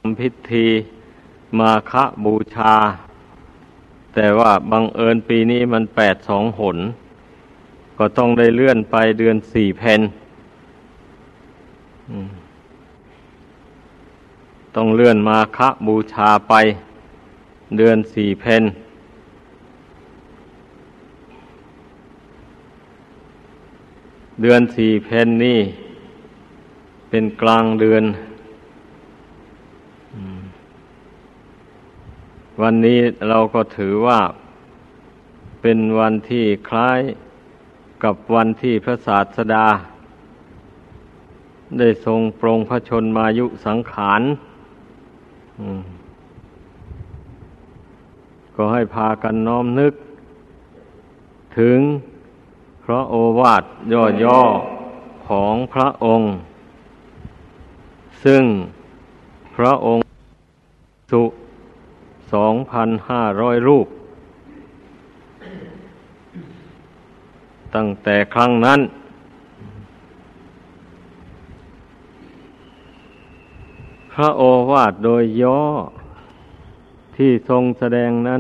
ำพิธีมาฆบูชาแต่ว่าบังเอิญปีนี้มัน8 2 หนก็ต้องได้เลื่อนไปเดือน4 เพ็ญต้องเลื่อนมาฆบูชาไปเดือน4 เพ็ญเดือน4 เพ็ญนี่เป็นกลางเดือนวันนี้เราก็ถือว่าเป็นวันที่คล้ายกับวันที่พระศาสดาได้ทรงปรงพระชนมายุสังขารก็ให้พากันน้อมนึกถึงพระโอวาทย่อๆของพระองค์ซึ่งพระองค์สุ2,500 รูปตั้งแต่ครั้งนั้นพระโอวาทโดยย่อที่ทรงแสดงนั้น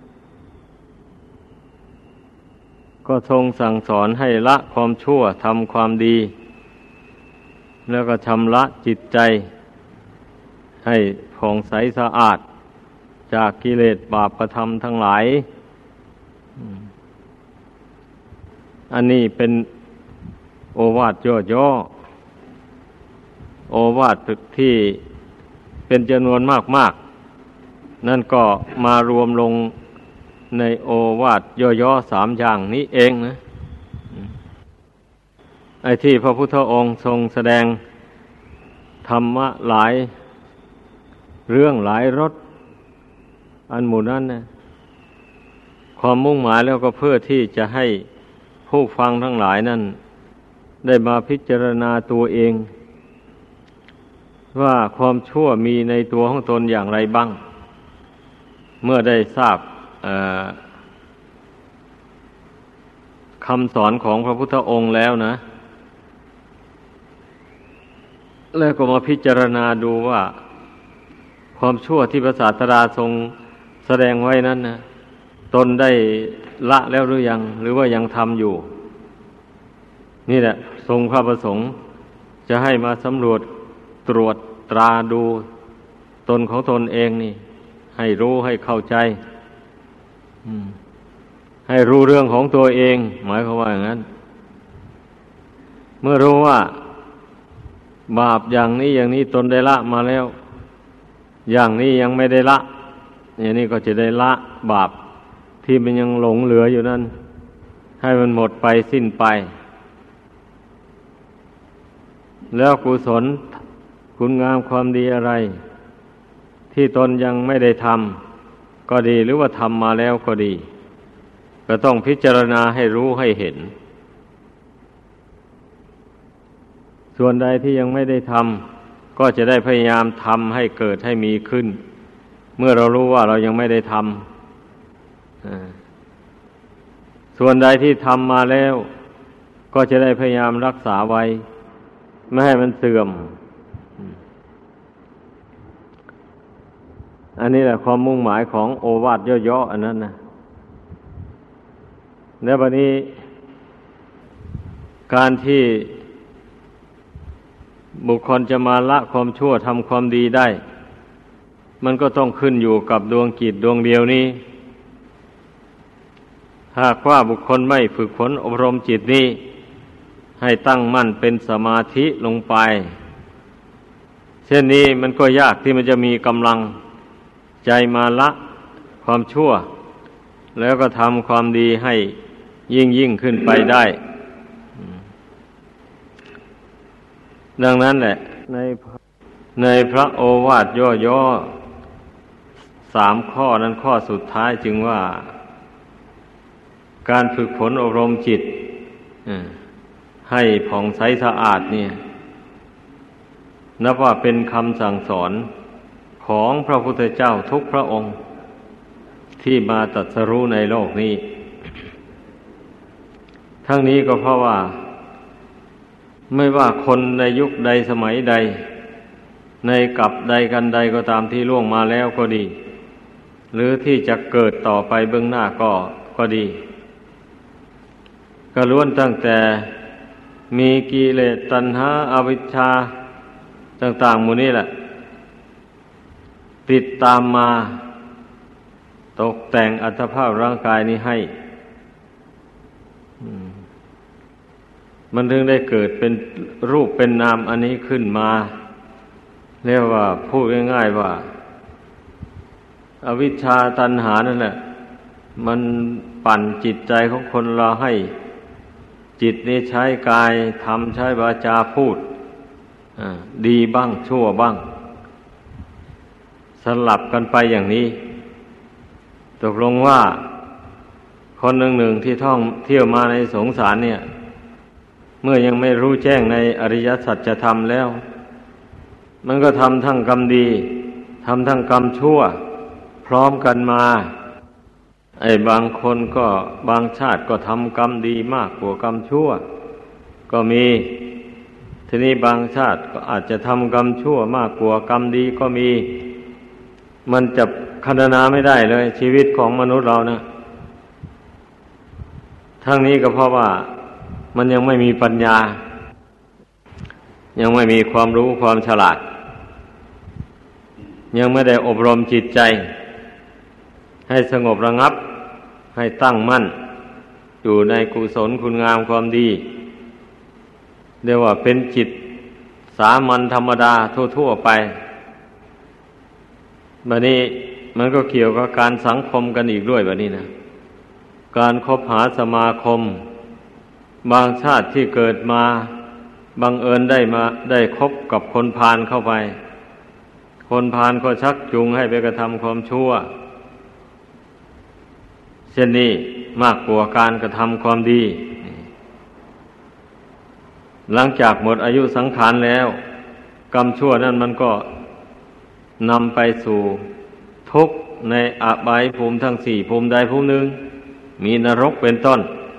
ก็ทรงสั่งสอนให้ละความชั่วทำความดีแล้วก็ชำระจิตใจให้ผ่องใสสะอาดจากกิเลสบาปธรรมทั้งหลายอันนี้เป็นโอวาทย่อๆโอวาทที่เป็นจำนวนมากๆนั่นก็มารวมลงในโอวาทย่อๆ3 อย่างนี้เองนะไอ้ที่พระพุทธองค์ทรงแสดงธรรมะหลายเรื่องหลายรสอันหมู่นั้นนะความมุ่งหมายแล้วก็เพื่อที่จะให้ผู้ฟังทั้งหลายนั้นได้มาพิจารณาตัวเองว่าความชั่วมีในตัวของตนอย่างไรบ้างเมื่อได้ทราบคำสอนของพระพุทธองค์แล้วนะแล้วก็มาพิจารณาดูว่าความชั่วที่พระศาสดาทรงแสดงไว้นั้นนะตนได้ละแล้วหรือยังหรือว่ายังทำอยู่นี่แหละทรงพระประสงค์จะให้มาสำรวจตรวจตราดูตนของตนเองนี่ให้รู้ให้เข้าใจให้รู้เรื่องของตัวเองหมายความว่าอย่างนั้นเมื่อรู้ว่าบาปอย่างนี้อย่างนี้ตนได้ละมาแล้วอย่างนี้ยังไม่ได้ละอย่างนี้ก็จะได้ละบาปที่มันยังหลงเหลืออยู่นั้นให้มันหมดไปสิ้นไปแล้วกุศลคุณงามความดีอะไรที่ตนยังไม่ได้ทำก็ดีหรือว่าทำมาแล้วก็ดีก็ต้องพิจารณาให้รู้ให้เห็นส่วนใดที่ยังไม่ได้ทำก็จะได้พยายามทำให้เกิดให้มีขึ้นเมื่อเรารู้ว่าเรายังไม่ได้ทำส่วนใดที่ทำมาแล้วก็จะได้พยายามรักษาไว้ไม่ให้มันเสื่อมอันนี้แหละความมุ่งหมายของโอวาทย่อๆอันนั้นนะแล้วบัดนี้การที่บุคคลจะมาละความชั่วทำความดีได้มันก็ต้องขึ้นอยู่กับดวงจิตดวงเดียวนี้หากว่าบุคคลไม่ฝึกฝนอบรมจิตนี้ให้ตั้งมั่นเป็นสมาธิลงไปเช่นนี้มันก็ยากที่มันจะมีกำลังใจมาละความชั่วแล้วก็ทำความดีให้ยิ่งขึ้นไปได้ดังนั้นแหละในพระโอวาทย่อๆ3 ข้อนั้นข้อสุดท้ายจึงว่าการฝึกฝนอบรมจิตให้ผ่องใสสะอาดเนี่ยนับว่าเป็นคำสั่งสอนของพระพุทธเจ้าทุกพระองค์ที่มาตรัสรู้ในโลกนี้ทั้งนี้ก็เพราะว่าไม่ว่าคนในยุคใดสมัยใดในกับใดกันใดก็ตามที่ล่วงมาแล้วก็ดีหรือที่จะเกิดต่อไปเบื้องหน้าก็ดีก็ล้วนตั้งแต่มีกิเลสตัณหาอวิชชาต่างๆหมู่นี้แหละติดตามมาตกแต่งอัตภาพร่างกายนี้ให้มันถึงได้เกิดเป็นรูปเป็นนามอันนี้ขึ้นมาเรียกว่าพูดง่ายๆว่าอวิชชาตัณหานั่นแหละมันปั่นจิตใจของคนเราให้จิตนี้ใช้กายทำใช้วาจาพูดดีบ้างชั่วบ้างสลับกันไปอย่างนี้ตกลงว่าคนหนึ่งที่ท่องเที่ยวมาในสงสารเนี่ยเมื่อยังไม่รู้แจ้งในอริยสัจธรรมแล้วมันก็ทำทั้งกรรมดีทำทั้งกรรมชั่วพร้อมกันมาบางคนก็บางชาติก็ทำกรรมดีมากกว่ากรรมชั่วก็มีทีนี้บางชาติก็อาจจะทำกรรมชั่วมากกว่ากรรมดีก็มีมันจะครรณนาไม่ได้เลยชีวิตของมนุษย์เรานะทั้งนี้ก็เพราะว่ามันยังไม่มีปัญญายังไม่มีความรู้ความฉลาดยังไม่ได้อบรมจิตใจให้สงบระงับให้ตั้งมั่นอยู่ในกุศลคุณงามความดีเรียกว่าเป็นจิตสามัญธรรมดาทั่วๆไปบัดนี้มันก็เกี่ยวกับการสังคมกันอีกด้วยบัดนี้นะการคบหาสมาคมบางชาติที่เกิดมาบังเอิญได้คบกับคนพาลเข้าไปคนพาลก็ชักจูงให้ไปกระทำความชั่วเช่นนี้มากกว่าการกระทำความดีหลังจากหมดอายุสังขารแล้วกรรมชั่วนั้นมันก็นำไปสู่ทุกข์ในอบายภูมิทั้งสี่ภูมิใดภูมิหนึ่งมีนรกเป็นต้น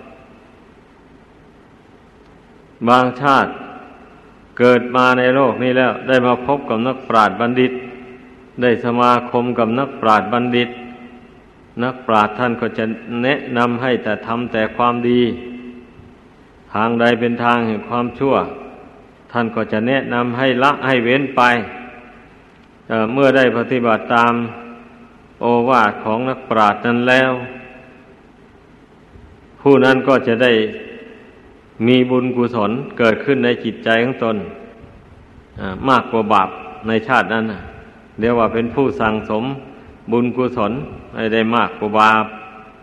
บางชาติเกิดมาในโลกนี้แล้วได้มาพบกับนักปราชญ์บัณฑิตได้สมาคมกับนักปราชญ์บัณฑิตนักปราชญ์ท่านก็จะแนะนำให้แต่ทำแต่ความดีทางใดเป็นทางแห่งความชั่วท่านก็จะแนะนำให้ละให้เว้นไปเมื่อได้ปฏิบัติตามโอวาทของนักปราชญ์นั้นแล้วผู้นั้นก็จะได้มีบุญกุศลเกิดขึ้นในจิตใจของตนมากกว่าบาปในชาตินั้นเรียกว่าเป็นผู้สั่งสมบุญกุศลให้ได้มากกว่าบาป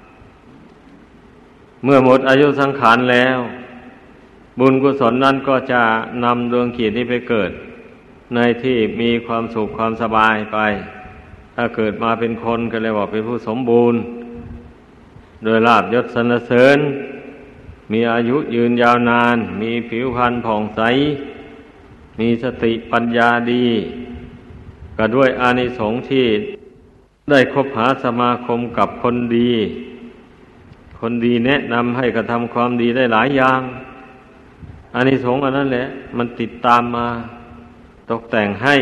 เมื่อหมดอายุสังขารแล้วบุญกุศลนั้นก็จะนำดวงจิตนี้ไปเกิดในที่มีความสุขความสบายไปถ้าเกิดมาเป็นคนก็เรียกว่าเป็นผู้สมบูรณ์โดยลาภยศสรรเสริญมีอายุยืนยาวนานมีผิวพรรณผ่องใสมีสติปัญญาดีก็ด้วยอานิสงส์ที่ได้คบหาสมาคมกับคนดีคนดีแนะนำให้กระทำความดีได้หลายอย่างอานิสงส์อันนั้นแหละมันติดตามมาตกแต่งให้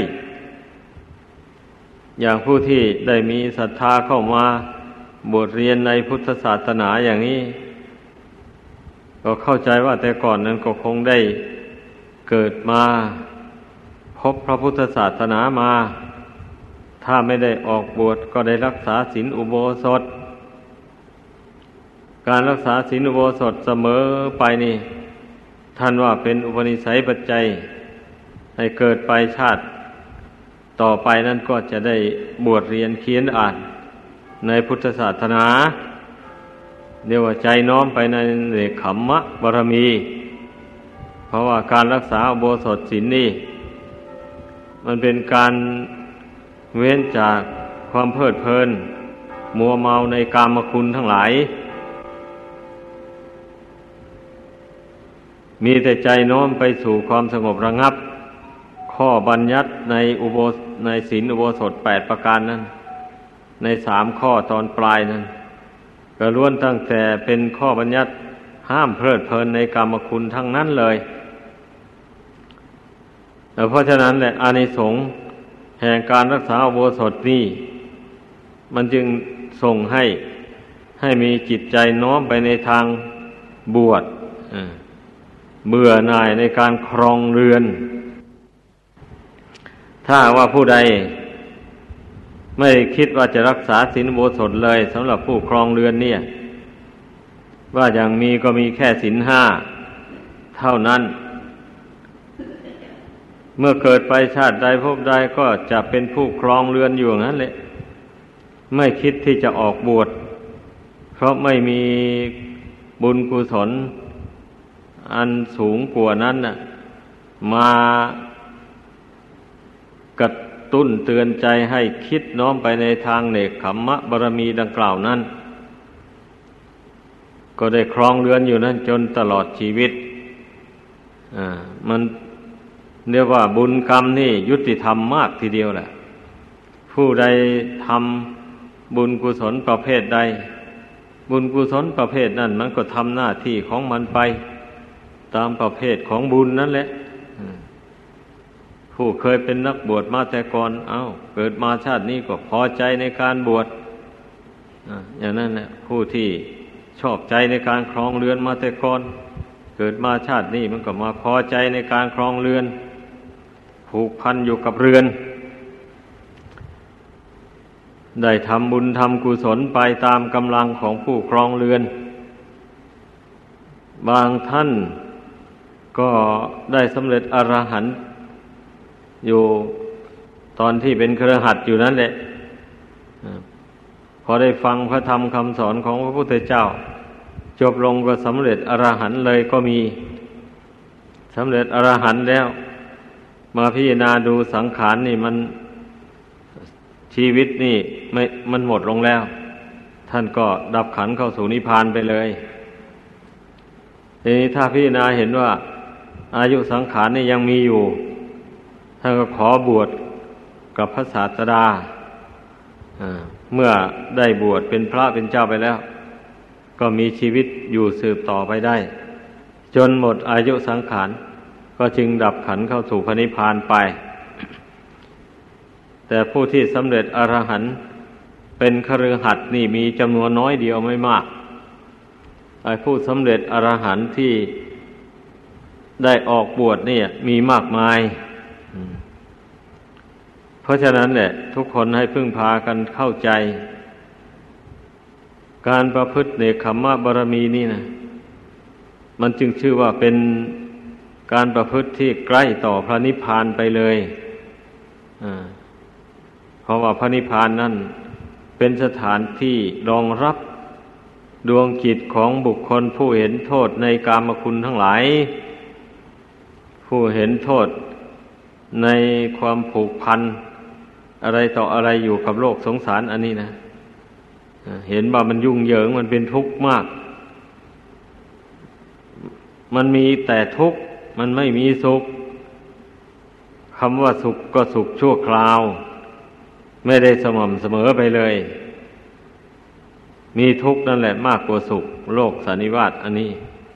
อย่างผู้ที่ได้มีศรัทธาเข้ามาบวชเรียนในพุทธศาสนาอย่างนี้ก็เข้าใจว่าแต่ก่อนนั้นก็คงได้เกิดมาพบพระพุทธศาสนามาถ้าไม่ได้ออกบวชก็ได้รักษาศีลอุโบสถการรักษาศีลอุโบสถเสมอไปนี่ท่านว่าเป็นอุปนิสัยปัจจัยให้เกิดไปชาติต่อไปนั้นก็จะได้บวชเรียนเขียนอ่านในพุทธศาสนาเรียกว่าใจน้อมไปในเนกขัมมะบารมีเพราะว่าการรักษาอุโบสถศีลนี่มันเป็นการเว้นจากความเพลิดเพลินมัวเมาในกามคุณทั้งหลายมีแต่ใจน้อมไปสู่ความสงบระงับข้อบัญญัติในศีลอุโบสถ8ประการนั้นใน3ข้อตอนปลายนั้นก็ล้วนตั้งแต่เป็นข้อบัญญัติห้ามเพลิดเพลินในกามคุณทั้งนั้นเลยเพราะฉะนั้นแหละอานิสงส์แห่งการรักษาอุโบสถนี่มันจึงส่งให้มีจิตใจน้อมไปในทางบวชเบื่อหน่ายในการครองเรือน ถ้าว่าผู้ใดไม่คิดว่าจะรักษาศีลอุโบสถเลยสำหรับผู้ครองเรือนเนี่ยว่าอย่างมีก็มีแค่ศีลห้าเท่านั้นเมื่อเกิดไปชาติใดภพใดก็จะเป็นผู้ครองเรือนอยู่อย่างนั้นแหละไม่คิดที่จะออกบวชเพราะไม่มีบุญกุศลอันสูงกว่านั้นน่ะมากระตุ้นเตือนใจให้คิดน้อมไปในทางเนกขัมมะบารมีดังกล่าวนั้นก็ได้ครองเรือนอยู่นั้นจนตลอดชีวิตมันเรียกว่าบุญกรรมนี่ยุติธรรมมากทีเดียวแหละผู้ใดทำบุญกุศลประเภทใดบุญกุศลประเภทนั้นมันก็ทำหน้าที่ของมันไปตามประเภทของบุญนั่นแหละผู้เคยเป็นนักบวชมาแต่ก่อนเกิดมาชาตินี้ก็พอใจในการบวชอย่างนั้นแหละผู้ที่ชอบใจในการครองเรือนมาแต่ก่อนเกิดมาชาตินี้มันก็มาพอใจในการครองเรือนผูกพันอยู่กับเรือนได้ทำบุญทำกุศลไปตามกำลังของผู้ครองเรือนบางท่านก็ได้สำเร็จอรหันต์อยู่ตอนที่เป็นคฤหัสถ์อยู่นั่นแหละพอได้ฟังพระธรรมคำสอนของพระพุทธเจ้าจบลงก็สำเร็จอรหันต์เลยก็มีสำเร็จอรหันต์แล้วมาพิจารณาดูสังขารนี่มันชีวิตนี่มันหมดลงแล้วท่านก็ดับขันธ์เข้าสู่นิพพานไปเลยทีนี้ถ้าพิจารณาเห็นว่าอายุสังขารนี่ยังมีอยู่ท่านก็ขอบวชกับพระศาสดาเมื่อได้บวชเป็นพระเป็นเจ้าไปแล้วก็มีชีวิตอยู่สืบต่อไปได้จนหมดอายุสังขารก็จึงดับขันธ์เข้าสู่พระนิพพานไปแต่ผู้ที่สำเร็จอรหันต์เป็นคฤหัสถ์นี่มีจำนวนน้อยเดียวไม่มากไอ้ผู้สำเร็จอรหันต์ที่ได้ออกบวชเนี่ยมีมากมายเพราะฉะนั้นแหละทุกคนให้พึ่งพากันเข้าใจการประพฤติเนกขัมมะบารมีนี่นะมันจึงชื่อว่าเป็นการประพฤติที่ใกล้ต่อพระนิพพานไปเลยเพราะว่าพระนิพพานนั่นเป็นสถานที่รองรับดวงจิตของบุคคลผู้เห็นโทษในกามคุณทั้งหลายผู้เห็นโทษในความผูกพันอะไรต่ออะไรอยู่กับโลกสงสารอันนี้นะเห็นว่ามันยุ่งเหยิงมันเป็นทุกข์มากมันมีแต่ทุกข์มันไม่มีสุขคำว่าสุขก็สุขชั่วคราวไม่ได้สม่ำเสมอไปเลยมีทุกข์นั่นแหละมากกว่าสุขโลกสันนิวาสอันนี้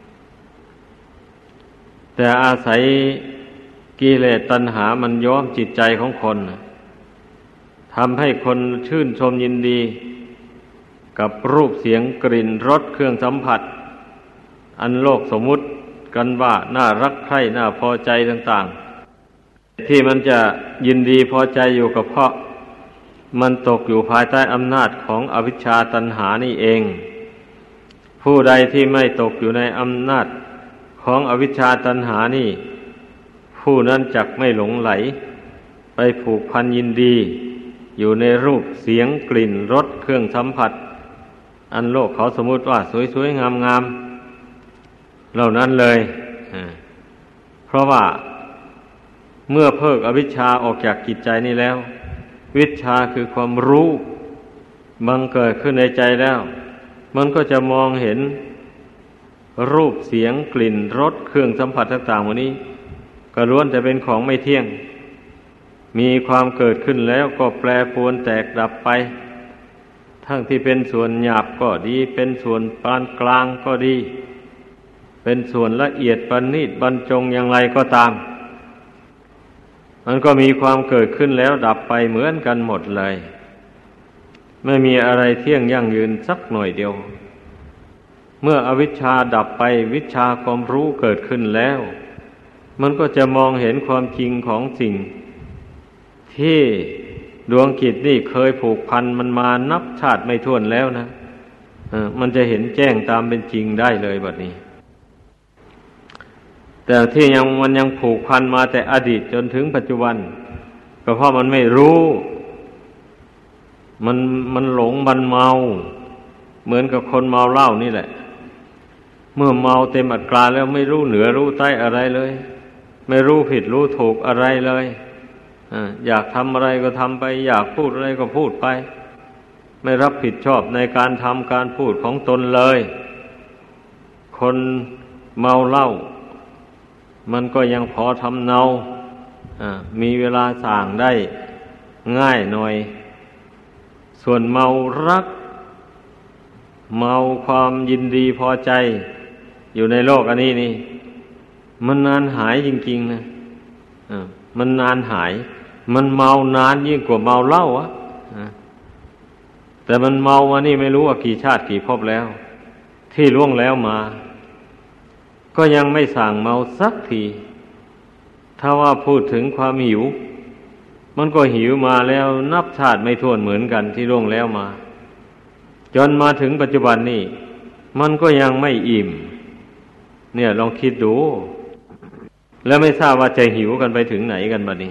แต่อาศัยกิเลสตัณหามันย้อมจิตใจของคนทำให้คนชื่นชมยินดีกับรูปเสียงกลิ่นรสเครื่องสัมผัสอันโลกสมมุติกันว่าน่ารักใคร่น่าพอใจต่างๆที่มันจะยินดีพอใจอยู่กับเพราะมันตกอยู่ภายใต้อำนาจของอวิชชาตัณหานี่เองผู้ใดที่ไม่ตกอยู่ในอำนาจของอวิชชาตัณหานี่ผู้นั้นจักไม่หลงไหลไปผูกพันยินดีอยู่ในรูปเสียงกลิ่นรสเครื่องสัมผัสอันโลกเขาสมมุติว่าสวยๆงามๆเหล่านั้นเลยเพราะว่าเมื่อเพิกอวิชชาออกจากจิตใจนี้แล้ววิชชาคือความรู้บังเกิดขึ้นในใจแล้วมันก็จะมองเห็นรูปเสียงกลิ่นรสเครื่องสัมผัสต่างๆวันนี้ก็ล้วนแต่เป็นของไม่เที่ยงมีความเกิดขึ้นแล้วก็แปรปรวนแตกดับไปทั้งที่เป็นส่วนหยาบก็ดีเป็นส่วนปานกลางก็ดีเป็นส่วนละเอียดประณีตบรรจงอย่างไรก็ตามมันก็มีความเกิดขึ้นแล้วดับไปเหมือนกันหมดเลยไม่มีอะไรเที่ยงยั่งยืนสักหน่อยเดียวเมื่ออวิชชาดับไปวิชชาความรู้เกิดขึ้นแล้วมันก็จะมองเห็นความจริงของสิ่งที่ดวงจิตนี่เคยผูกพันมันมานับชาติไม่ถ้วนแล้วนะมันจะเห็นแจ้งตามเป็นจริงได้เลยบัดนี้แต่ที่มันยังผูกพันมาแต่อดีตจนถึงปัจจุบันก็เพราะมันไม่รู้มันหลงมันเมาเหมือนกับคนเมาเหล้านี่แหละเมื่อเมาเต็มอัตราแล้วไม่รู้เหนือรู้ใต้อะไรเลยไม่รู้ผิดรู้ถูกอะไรเลยอยากทำอะไรก็ทำไปอยากพูดอะไรก็พูดไปไม่รับผิดชอบในการทำการพูดของตนเลยคนเมาเหล้ามันก็ยังพอทำเนามีเวลาส่างได้ง่ายหน่อยส่วนเมารักเมาความยินดีพอใจอยู่ในโลกอันนี้นี่มันนานหายจริงๆนะมันนานหายมันเมานานยิ่งกว่าเมาเหล้าแต่มันเมามานี่ไม่รู้ว่ากี่ชาติกี่ภพแล้วที่ล่วงแล้วมาก็ยังไม่สั่งเมาสักทีถ้าว่าพูดถึงความหิวมันก็หิวมาแล้วนับชาติไม่ถ้วนเหมือนกันที่ล่วงแล้วมาจนมาถึงปัจจุบันนี้มันก็ยังไม่อิ่มเนี่ยลองคิดดูแล้วไม่ทราบว่าจะหิวกันไปถึงไหนกันบัดนี้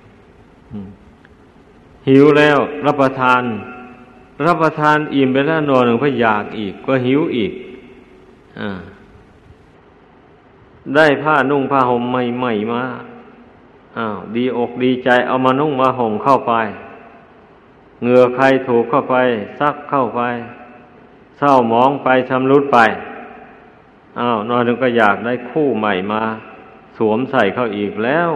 หิวแล้วรับประทานอิ่มไปแล้วนอนหนึ่งพอยากอีกก็หิวอีกได้ผ้านุ่งผ้าห่มใหม่ๆมาดีอกดีใจเอามานุ่งมาห่มเข้าไปเหงื่อใครถูกเข้าไปซักเข้าไปเศร้าหมองไปชำรุดไปนอนหนึ่งก็อยากได้คู่ใหม่มาสวมใส่เข้าอีกแล้ว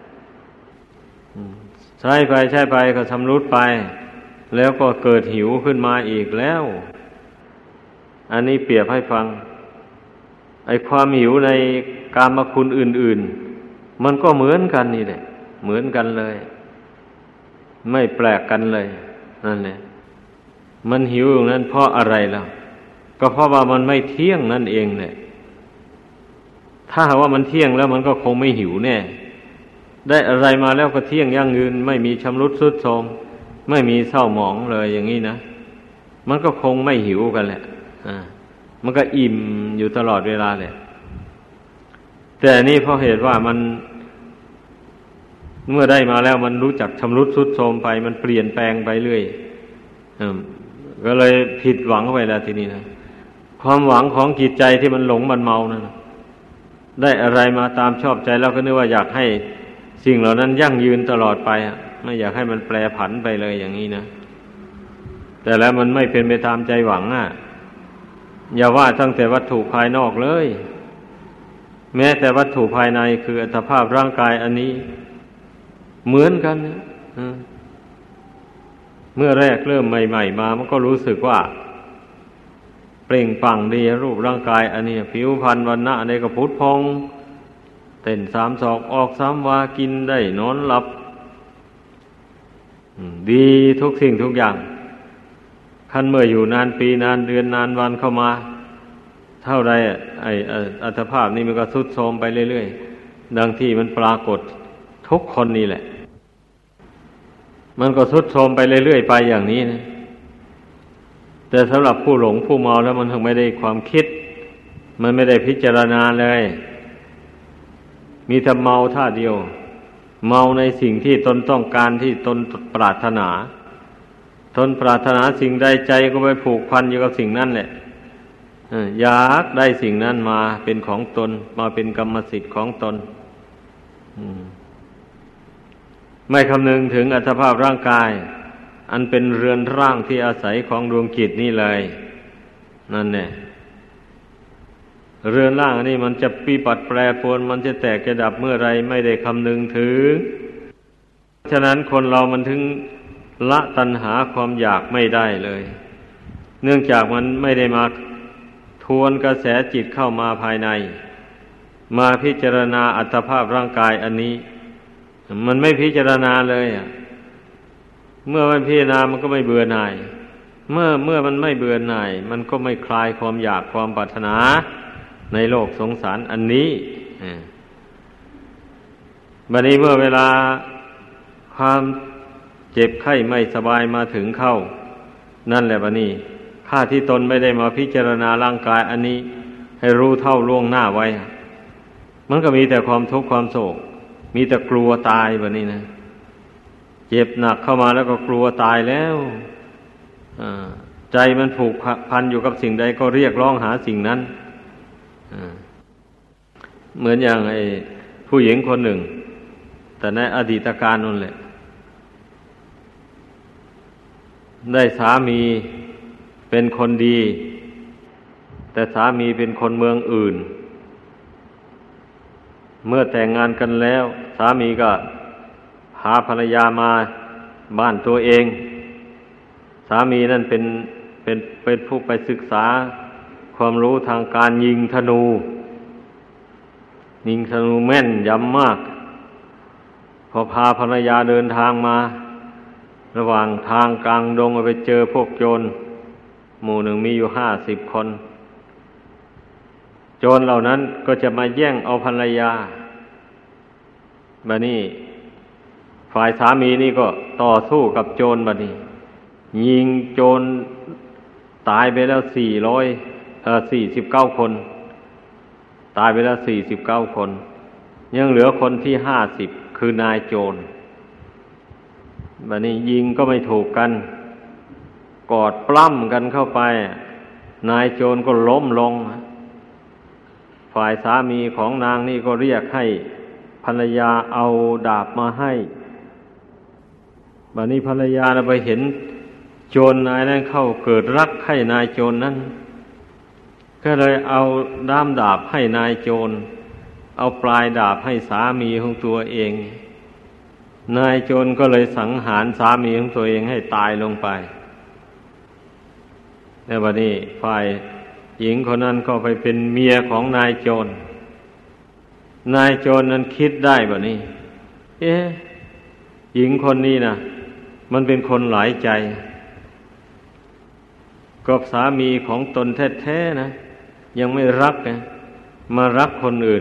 ใช้ไปก็ชำรุดไปแล้วก็เกิดหิวขึ้นมาอีกแล้วอันนี้เปรียบให้ฟังไอ้ความหิวในกามคุณอื่นๆมันก็เหมือนกันนี่แหละเหมือนกันเลยไม่แปลกกันเลยนั่นแหละมันหิวอย่างนั้นเพราะอะไรล่ะก็เพราะว่ามันไม่เที่ยงนั่นเองแหละถ้าหากว่ามันเที่ยงแล้วมันก็คงไม่หิวแน่ได้อะไรมาแล้วก็เที่ยงยั่งยืนไม่มีชำรุดทรุดโทรมไม่มีเศร้าหมองเลยอย่างนี้นะมันก็คงไม่หิวกันแหละมันก็อิ่มอยู่ตลอดเวลาแหละแต่นี่เพราะเหตุว่ามันเมื่อได้มาแล้วมันรู้จักชำรุดทรุดโทรมไปมันเปลี่ยนแปลงไปเรื่อยก็เลยผิดหวังไปแล้วทีนี้นะความหวังของจิตใจที่มันหลงมันเมานะได้อะไรมาตามชอบใจแล้วก็นึกว่าอยากให้สิ่งเหล่านั้นยั่งยืนตลอดไปไม่อยากให้มันแปรผันไปเลยอย่างนี้นะแต่แล้วมันไม่เป็นไปตามใจหวังอย่าว่าตั้งแต่วัตถุภายนอกเลยแม้แต่วัตถุภายในคืออัตภาพร่างกายอันนี้เหมือนกันนะเมื่อแรกเริ่มใหม่ๆมามันก็รู้สึกว่าเปล่งปลั่งดีรูปร่างกายอันนี้ผิวพรรณวรรณะอะไรก็ผุดพองเต้น3 ศอกออก3 วากินได้นอนหลับดีทุกสิ่งทุกอย่างคันเมื่ออยู่นานปีนานเดือนนานวันเข้ามาเท่าใดอัตภาพนี้มันก็ทรุดโทรมไปเรื่อยๆดังที่มันปรากฏทุกคนนี่แหละมันก็ทรุดโทรมไปเรื่อยๆไปอย่างนี้นะแต่สำหรับผู้หลงผู้เมาแล้วมันถึงไม่ได้ความคิดมันไม่ได้พิจารณาเลยมีแต่เมาท่าเดียวเมาในสิ่งที่ตนต้องการที่ตนปรารถนาตนปรารถนาสิ่งใดใจก็ไปผูกพันอยู่กับสิ่งนั้นแหละอยากได้สิ่งนั้นมาเป็นของตนมาเป็นกรรมสิทธิ์ของตนไม่คำนึงถึงอัตภาพร่างกายอันเป็นเรือนร่างที่อาศัยของดวงจิตนี่เลยนั่นแหละเรือนร่างอันนี้มันจะปีปัดแปรปรวนมันจะแตกจะดับเมื่อไรไม่ได้คำนึงถึงฉะนั้นคนเรามันถึงละตัณหาความอยากไม่ได้เลยเนื่องจากมันไม่ได้มาทวนกระแสจิตเข้ามาภายในมาพิจารณาอัตภาพร่างกายอันนี้มันไม่พิจารณาเลยเมื่อมันพิจารณามันก็ไม่เบื่อหน่ายเมื่อมันไม่เบื่อหน่ายมันก็ไม่คลายความอยากความปรารถนาในโลกสงสารอันนี้บัดนี้เมื่อเวลาความเจ็บไข้ไม่สบายมาถึงเข้านั่นแหละบัดนี้ข้าที่ตนไม่ได้มาพิจารณาร่างกายอันนี้ให้รู้เท่าล่วงหน้าไว้มันก็มีแต่ความทุกข์ความโศกมีแต่กลัวตายบัดนี้นะเจ็บหนักเข้ามาแล้วก็กลัวตายแล้วใจมันผูกพันอยู่กับสิ่งใดก็เรียกร้องหาสิ่งนั้นเหมือนอย่างไอ้ผู้หญิงคนหนึ่งแต่ในอดีตการนั่นแหละได้สามีเป็นคนดีแต่สามีเป็นคนเมืองอื่นเมื่อแต่งงานกันแล้วสามีก็พาภรรยามาบ้านตัวเองสามีนั่นเป็นผู้ไปศึกษาความรู้ทางการยิงธนูแม่นยำมากพอพาภรรยาเดินทางมาระหว่างทางกลางดงไปเจอพวกโจรหมู่หนึ่งมีอยู่50 คนโจรเหล่านั้นก็จะมาแย่งเอาภรรยาบัดนี้ฝ่ายสามีนี่ก็ต่อสู้กับโจรบัดนี้ยิงโจรตายไปแล้ว49 คนตายไปแล้ว49 คนยังเหลือคนที่50คือนายโจรบัดนี้ยิงก็ไม่ถูกกันกอดปล้ำกันเข้าไปนายโจรก็ล้มลงฝ่ายสามีของนางนี่ก็เรียกให้ภรรยาเอาดาบมาให้บัดนี้ภรรยาไปเห็นโจรนายนั้นเข้าเกิดรักให้นายโจรนั้นก็เลยเอาด้ามดาบให้นายโจรเอาปลายดาบให้สามีของตัวเองนายโจรก็เลยสังหารสามีของตัวเองให้ตายลงไปในบัดนี้ฝ่ายหญิงคนนั้นก็ไปเป็นเมียของนายโจรนายโจรนั้นคิดได้บัดนี้หญิงคนนี้นะมันเป็นคนหลายใจกับสามีของตนแท้ๆนะยังไม่รักนะมารักคนอื่น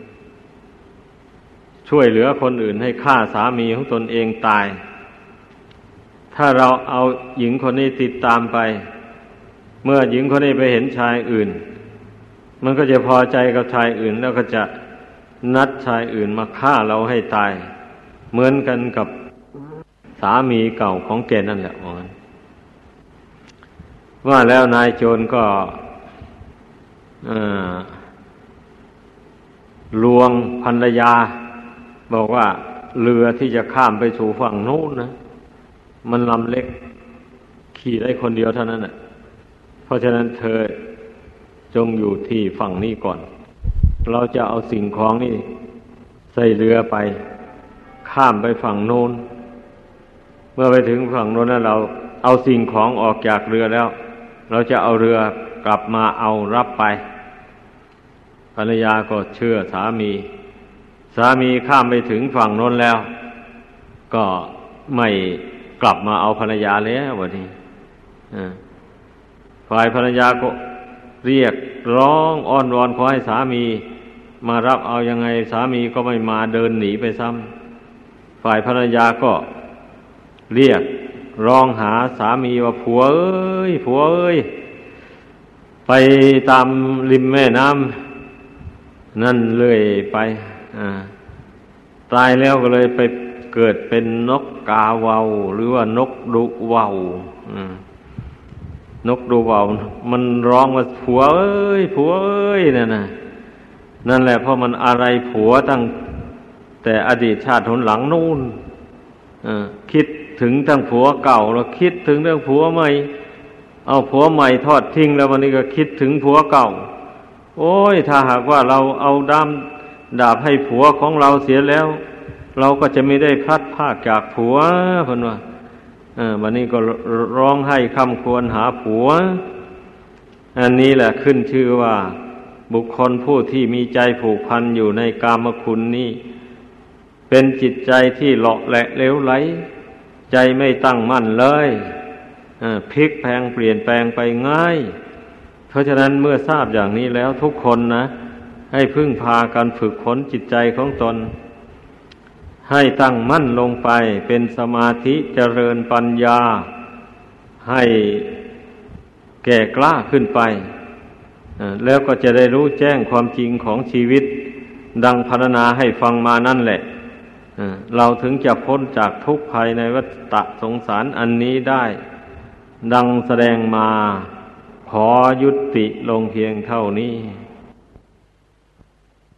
ช่วยเหลือคนอื่นให้ฆ่าสามีของตนเองตายถ้าเราเอาหญิงคนนี้ติดตามไปเมื่อหญิงคนนี้ไปเห็นชายอื่นมันก็จะพอใจกับชายอื่นแล้วก็จะนัดชายอื่นมาฆ่าเราให้ตายเหมือนกันกับสามีเก่าของแกนั่นแหละว่าแล้วนายโจรก็ลวงภรรยาบอกว่าเรือที่จะข้ามไปสู่ฝั่งโน้นนะมันลำเล็กขี่ได้คนเดียวเท่านั้นน่ะเพราะฉะนั้นเธอจงอยู่ที่ฝั่งนี้ก่อนเราจะเอาสิ่งของนี่ใส่เรือไปข้ามไปฝั่งโน้นเมื่อไปถึงฝั่งโน้นแล้วเราเอาสิ่งของออกจากเรือแล้วเราจะเอาเรือกลับมาเอารับไปภรรยาก็เชื่อสามีข้ามไปถึงฝั่งโน้นแล้วก็ไม่กลับมาเอาภรรยาแล้ววันนี้ฝ่ายภรรยาก็เรียกร้องอ้อนวอนขอให้สามีมารับเอายังไงสามีก็ไม่มาเดินหนีไปซ้ำฝ่ายภรรยาก็เรียกร้องหาสามีว่าผัวเอ้ยไปตามริมแม่น้ำนั่นเลยไปตายแล้วก็เลยไปเกิดเป็นนกกาเวาหรือว่านกดุเวานกดุเวามันร้องว่าผัวเอ้ยนั่นแหละเพราะมันอะไรผัวตั้งแต่อดีตชาติหนหลังนู่นคิดถึงทั้งผัวเก่าแล้วคิดถึงเรื่องผัวใหม่เอาผัวใหม่ทอดทิ้งแล้ววันนี้ก็คิดถึงผัวเก่าโอ้ยถ้าหากว่าเราเอาดาบให้ผัวของเราเสียแล้วเราก็จะไม่ได้พลัดพรากจากผัวเพิ่นว่าวันนี้ก็ร้องไห้คำควรหาผัวอันนี้แหละขึ้นชื่อว่าบุคคลผู้ที่มีใจผูกพันอยู่ในกามคุณนี้เเป็นจิตใจที่เลาะแหละเลวไหลใจไม่ตั้งมั่นเลยพลิกแพลงเปลี่ยนแปลงไปง่ายเพราะฉะนั้นเมื่อทราบอย่างนี้แล้วทุกคนนะให้พึ่งพากันฝึกฝนจิตใจของตนให้ตั้งมั่นลงไปเป็นสมาธิเจริญปัญญาให้แก่กล้าขึ้นไปแล้วก็จะได้รู้แจ้งความจริงของชีวิตดังพรรณนาให้ฟังมานั่นแหละเราถึงจะพ้นจากทุกข์ภายในวัฏฏะสงสารอันนี้ได้ดังแสดงมาขอยุติลงเพียงเท่านี้